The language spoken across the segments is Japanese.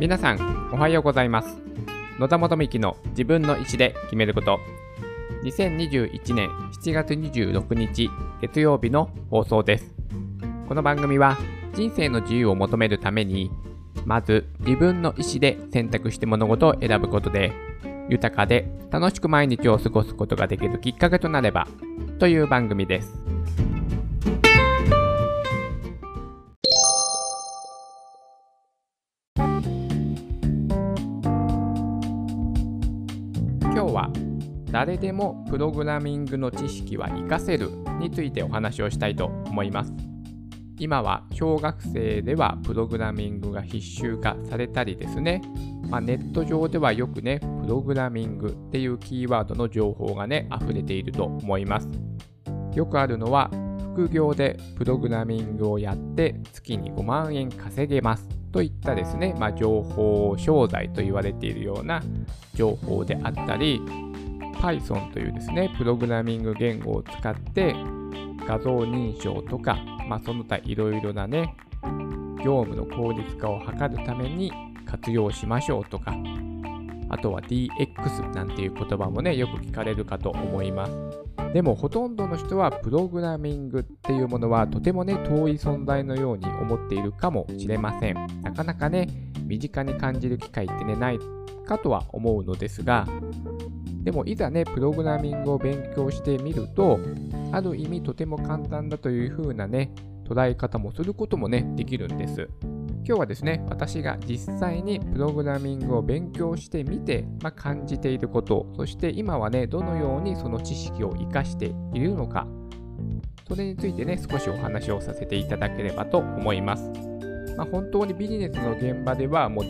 皆さんおはようございます。野田元幹の自分の意思で決めること、2021年7月26日月曜日の放送です。この番組は人生の自由を求めるために、まず自分の意思で選択して物事を選ぶことで、豊かで楽しく毎日を過ごすことができるきっかけとなればという番組です。今日は誰でもプログラミングの知識は活かせるについてお話をしたいと思います。今は小学生ではプログラミングが必修化されたりですね、ネット上ではよくね、プログラミングっていうキーワードの情報がね、溢れていると思います。よくあるのは、副業でプログラミングをやって月に5万円稼げますといったですね、情報商材と言われているような情報であったり、Python というですね、プログラミング言語を使って画像認証とか、その他いろいろなね、業務の効率化を図るために活用しましょうとか、あとは DX なんていう言葉もね、よく聞かれるかと思います。でもほとんどの人はプログラミングっていうものはとてもね、遠い存在のように思っているかもしれません。なかなかね、身近に感じる機会ってね、ないかとは思うのですが、でもいざね、プログラミングを勉強してみると、ある意味とても簡単だという風なね、捉え方もすることもね、できるんです。今日はですね、私が実際にプログラミングを勉強してみて、感じていること、そして今はね、どのようにその知識を活かしているのか、それについてね、少しお話をさせていただければと思います。本当にビジネスの現場ではもう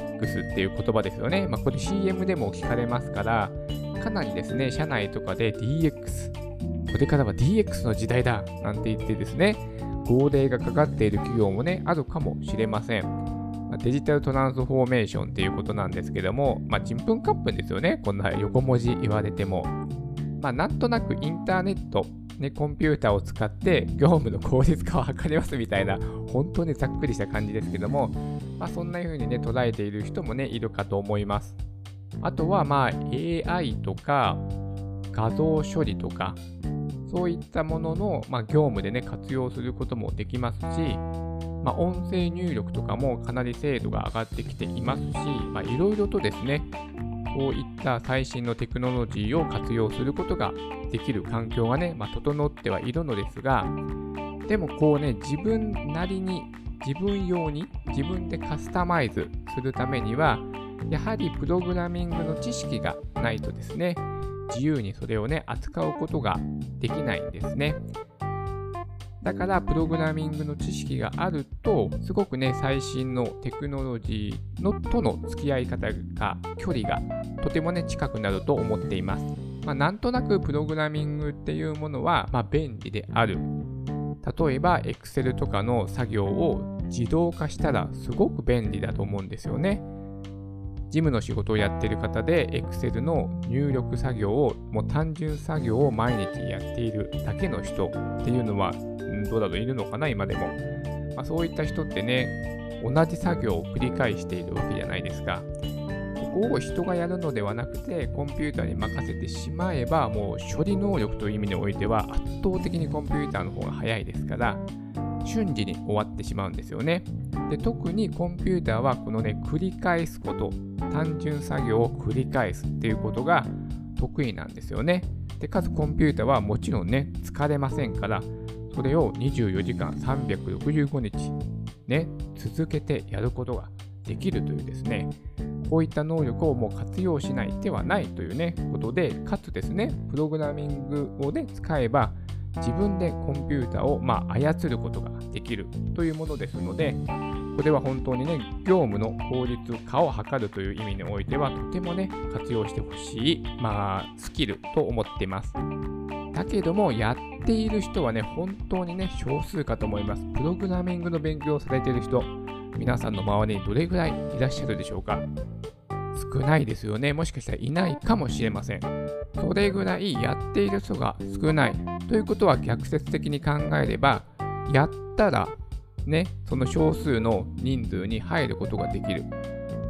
DX っていう言葉ですよね。これ CM でも聞かれますから、かなりですね、社内とかで DX、これからは DX の時代だなんて言ってですね、号令がかかっている企業もね、あるかもしれません。デジタルトランスフォーメーションっていうことなんですけども、ちんぷんかんぷんですよね。こんな横文字言われても。なんとなくインターネット、コンピューターを使って業務の効率化を図りますみたいな、本当にざっくりした感じですけども、そんな風にね、捉えている人もね、いるかと思います。あとはAI とか画像処理とか、そういったものの、業務でね、活用することもできますし、音声入力とかもかなり精度が上がってきていますし、いろいろとですね、そういった最新のテクノロジーを活用することができる環境がね、整ってはいるのですが、でもこうね、自分なりに、自分用に、自分でカスタマイズするためには、やはりプログラミングの知識がないとですね、自由にそれをね、扱うことができないんですね。だからプログラミングの知識があると、すごくね、最新のテクノロジーとの付き合い方が、距離がとてもね、近くなると思っています。なんとなくプログラミングっていうものは、便利である。例えば Excel とかの作業を自動化したらすごく便利だと思うんですよね。事務の仕事をやっている方で Excel の入力作業を、もう単純作業を毎日やっているだけの人っていうのは、どうだろう、いるのかな、今でも。そういった人ってね、同じ作業を繰り返しているわけじゃないですか。ここを人がやるのではなくて、コンピューターに任せてしまえば、もう処理能力という意味においては、圧倒的にコンピューターの方が早いですから、瞬時に終わってしまうんですよね。で、特にコンピューターはこのね、繰り返すこと、単純作業を繰り返すっていうことが得意なんですよね。で、かつコンピューターはもちろんね、疲れませんから、それを24時間365日ね、続けてやることができるというですね、こういった能力をもう活用しない手はないというね、ことで、かつですね、プログラミングをね、使えば、自分でコンピューターを操ることができるというものですので、これは本当にね、業務の効率化を図るという意味においては、とてもね、活用してほしい、スキルと思っています。だけども、やっている人はね、本当にね、少数かと思います。プログラミングの勉強をされている人、皆さんの周りにどれぐらいいらっしゃるでしょうか。少ないですよね。もしかしたらいないかもしれません。それぐらいやっている人が少ない。ということは逆説的に考えれば、やったらね、その少数の人数に入ることができる。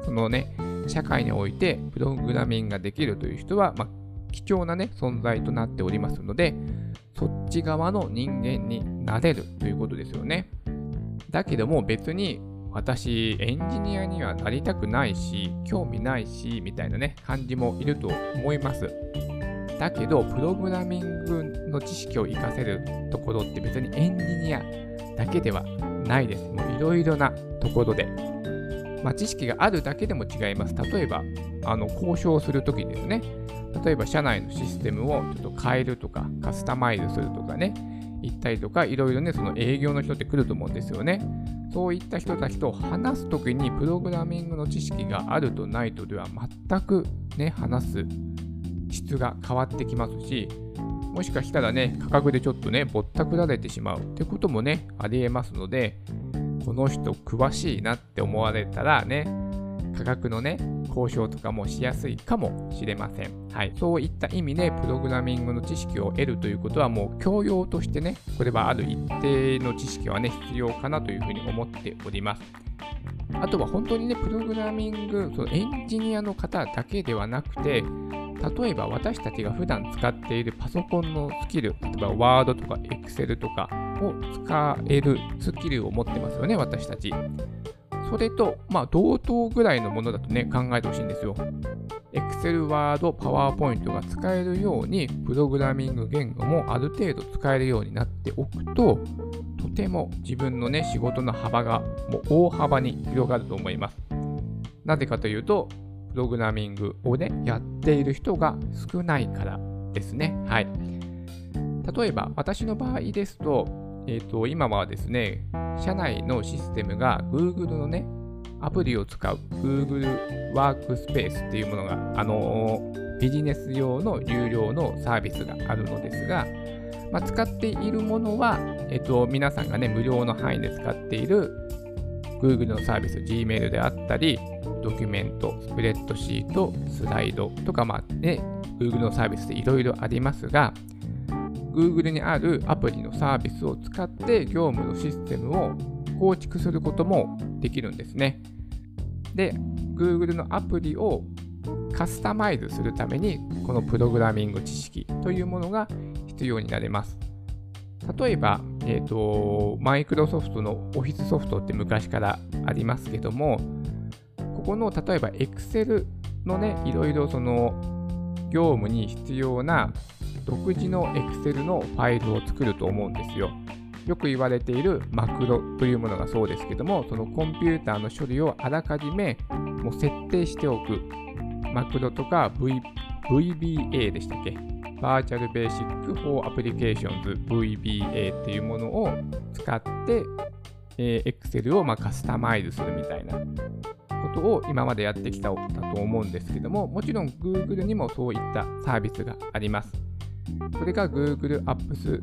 そのね、社会においてプログラミングができるという人は、貴重なね、存在となっておりますので、そっち側の人間になれるということですよね。だけども別に私エンジニアにはなりたくないし、興味ないしみたいなね感じもいると思います。だけどプログラミングの知識を活かせるところって別にエンジニアだけではないです。もういろいろなところで、知識があるだけでも違います。例えば交渉するときですね。例えば社内のシステムをちょっと変えるとかカスタマイズするとかね、言ったりとか、いろいろね、その営業の人って来ると思うんですよね。そういった人たちと話すときにプログラミングの知識があるとないとでは全くね、話す質が変わってきますし、もしかしたらね、価格でちょっとね、ぼったくられてしまうってこともね、ありえますので、この人詳しいなって思われたらね、価格のね、交渉とかもしやすいかもしれません。はい。そういった意味で、プログラミングの知識を得るということは、もう教養としてね、これはある一定の知識はね、必要かなというふうに思っております。あとは本当にね、プログラミング、そのエンジニアの方だけではなくて、例えば私たちが普段使っているパソコンのスキル、例えばワードとかエクセルとかを使えるスキルを持ってますよね、私たち。それと、同等ぐらいのものだとね、考えてほしいんですよ。Excel、Word、PowerPoint が使えるように、プログラミング言語もある程度使えるようになっておくと、とても自分のね、仕事の幅がもう大幅に広がると思います。なぜかというと、プログラミングをね、やっている人が少ないからですね。はい。例えば、私の場合ですと、今はですね、社内のシステムが Google のね、アプリを使う Google ワークスペースっていうものが、ビジネス用の有料のサービスがあるのですが、使っているものは、皆さんがね、無料の範囲で使っている Google のサービス、Gmail であったり、ドキュメント、スプレッドシート、スライドとか、Google のサービスでいろいろありますが、Google にあるアプリのサービスを使って業務のシステムを構築することもできるんですね。で、Google のアプリをカスタマイズするために、このプログラミング知識というものが必要になります。例えば、マイクロソフトのオフィスソフトって昔からありますけども、ここの例えば Excel のね、いろいろその業務に必要な独自の Excel のファイルを作ると思うんですよ。よく言われているマクロというものがそうですけども、そのコンピューターの処理をあらかじめもう設定しておく。マクロとか、VBA でしたっけ？バーチャルベーシック for Applications VBA っていうものを使って、Excel をカスタマイズするみたいなことを今までやってきたと思うんですけども、もちろん Google にもそういったサービスがあります。それが Google Apps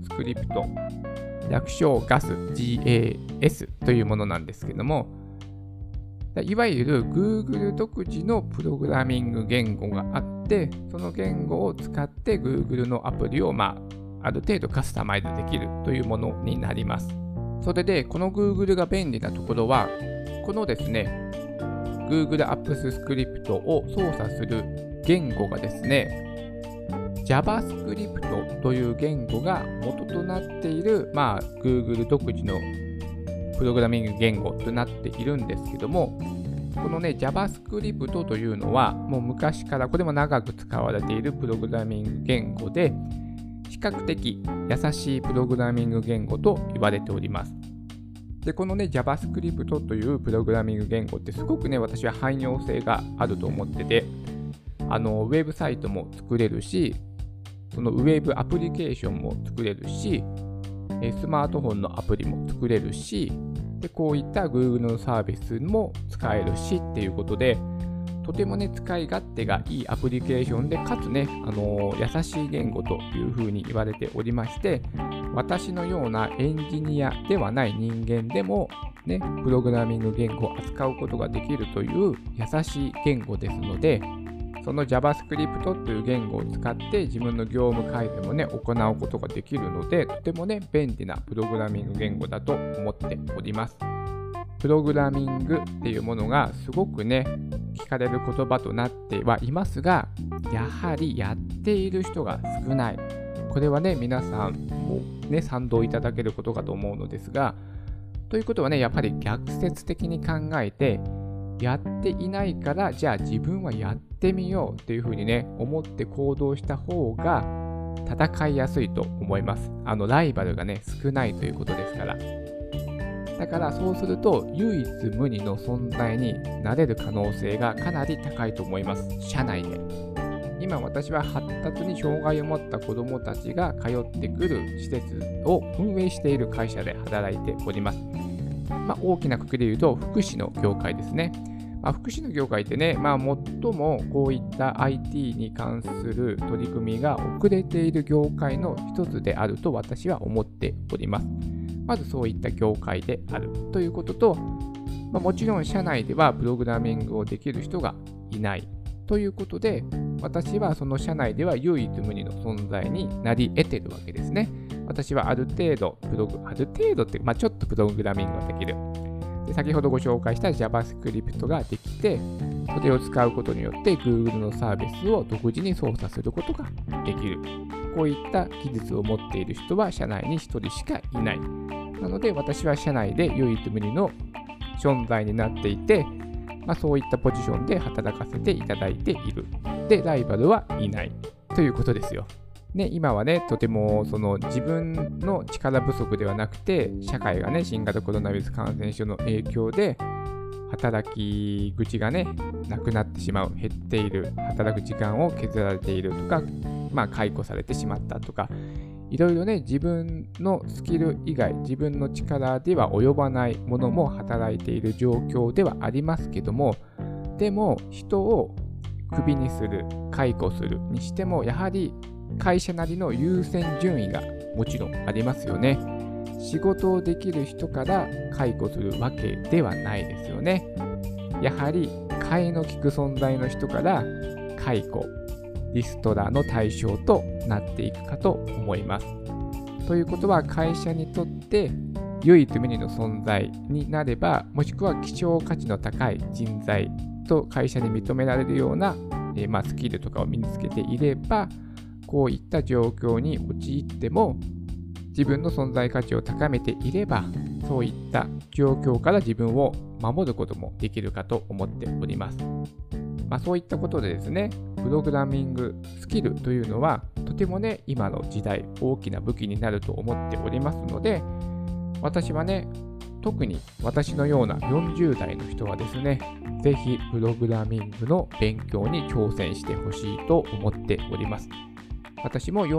Script、略称 GAS というものなんですけども、いわゆる Google 独自のプログラミング言語があって、その言語を使って Google のアプリをある程度カスタマイズできるというものになります。それで、この Google が便利なところは、このですね、Google Apps Script を操作する言語がですね、JavaScript という言語が元となっている、Google 独自のプログラミング言語となっているんですけども、このね、JavaScript というのは、もう昔からこれも長く使われているプログラミング言語で、比較的優しいプログラミング言語と言われております。で、このね、JavaScript というプログラミング言語ってすごくね、私は汎用性があると思ってて、ウェブサイトも作れるし、そのウェブアプリケーションも作れるし、スマートフォンのアプリも作れるし、でこういった Google のサービスも使えるしっていうことで、とてもね、使い勝手がいいアプリケーションで、かつね、優しい言語というふうに言われておりまして、私のようなエンジニアではない人間でも、ね、プログラミング言語を扱うことができるという優しい言語ですので、その JavaScript という言語を使って自分の業務改善もね、行うことができるので、とてもね、便利なプログラミング言語だと思っております。プログラミングっていうものがすごくね、 かれる言葉となってはいますが、やはりやっている人が少ない。これはね、皆さんもね、賛同いただけることかと思うのですが、ということはね、やっぱり逆説的に考えて、やっていないから、じゃあ自分はやってみようっていうふうにね、思って行動した方が戦いやすいと思います。ライバルがね、少ないということですから。だからそうすると、唯一無二の存在になれる可能性がかなり高いと思います。社内で。今私は発達に障害を持った子どもたちが通ってくる施設を運営している会社で働いております。大きな括りで言うと福祉の業界ですね。福祉の業界ってね、最もこういった IT に関する取り組みが遅れている業界の一つであると私は思っております。まずそういった業界であるということと、もちろん社内ではプログラミングをできる人がいないということで、私はその社内では唯一無二の存在になり得てるわけですね。私はある程度って、ちょっとプログラミングができる。で、先ほどご紹介した JavaScript ができて、それを使うことによって Google のサービスを独自に操作することができる。こういった技術を持っている人は社内に1人しかいない。なので私は社内で唯一無二の存在になっていて、そういったポジションで働かせていただいている。で、ライバルはいないということですよ。ね、今はね、とても自分の力不足ではなくて、社会がね、新型コロナウイルス感染症の影響で、働き口がね、なくなってしまう、減っている、働く時間を削られているとか、解雇されてしまったとか、いろいろね、自分のスキル以外、自分の力では及ばないものも働いている状況ではありますけども、でも人をクビにする、解雇するにしても、やはり会社なりの優先順位がもちろんありますよね。仕事をできる人から解雇するわけではないですよね。やはり替えの利く存在の人から解雇、リストラの対象となっていくかと思います。ということは会社にとって唯一無二の存在になれば、もしくは希少価値の高い人材と会社に認められるような、スキルとかを身につけていれば、こういった状況に陥っても自分の存在価値を高めていれば、そういった状況から自分を守ることもできるかと思っております。そういったことでですね、プログラミングスキルというのはとてもね、今の時代大きな武器になると思っておりますので、私はね、特に私のような40代の人はですね、ぜひプログラミングの勉強に挑戦してほしいと思っております。私も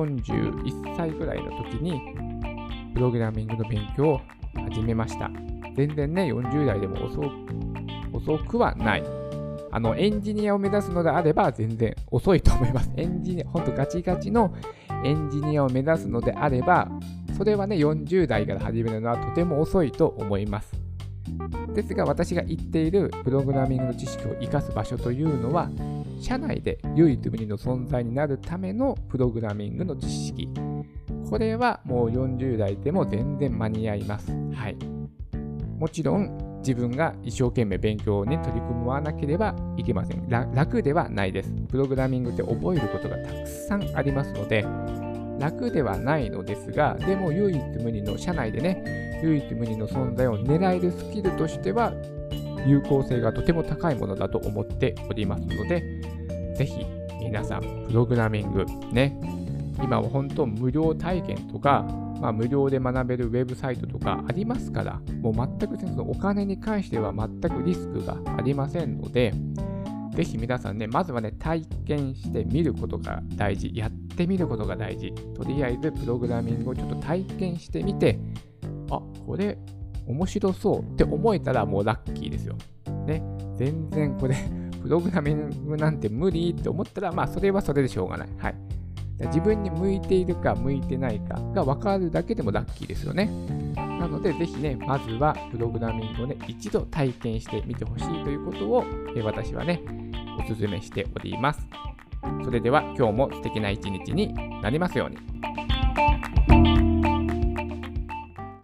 41歳ぐらいの時にプログラミングの勉強を始めました。全然ね、40代でも遅くはない。エンジニアを目指すのであれば全然遅いと思います。ほんとガチガチのエンジニアを目指すのであれば、それはね、40代から始めるのはとても遅いと思います。ですが、私が言っているプログラミングの知識を生かす場所というのは、社内で唯一無二の存在になるためのプログラミングの知識。これはもう40代でも全然間に合います。はい。もちろん自分が一生懸命勉強に取り組まなければいけません。楽ではないです。プログラミングって覚えることがたくさんありますので、楽ではないのですが、でも唯一無二の社内でね、唯一無二の存在を狙えるスキルとしては有効性がとても高いものだと思っておりますので、ぜひ皆さんプログラミングね、今は本当無料体験とか、無料で学べるウェブサイトとかありますから、もう全くそのお金に関しては全くリスクがありませんので、ぜひ皆さんね、まずはね、体験してみることが大事、やってみることが大事。とりあえずプログラミングをちょっと体験してみて、これ面白そうって思えたらもうラッキーですよ。ね、全然これプログラミングなんて無理って思ったら、それはそれでしょうがない。はい。自分に向いているか向いてないかが分かるだけでもラッキーですよね。なので、ぜひね、まずはプログラミングをね、一度体験してみてほしいということを、私はね、お勧めしております。それでは今日も素敵な一日になりますように。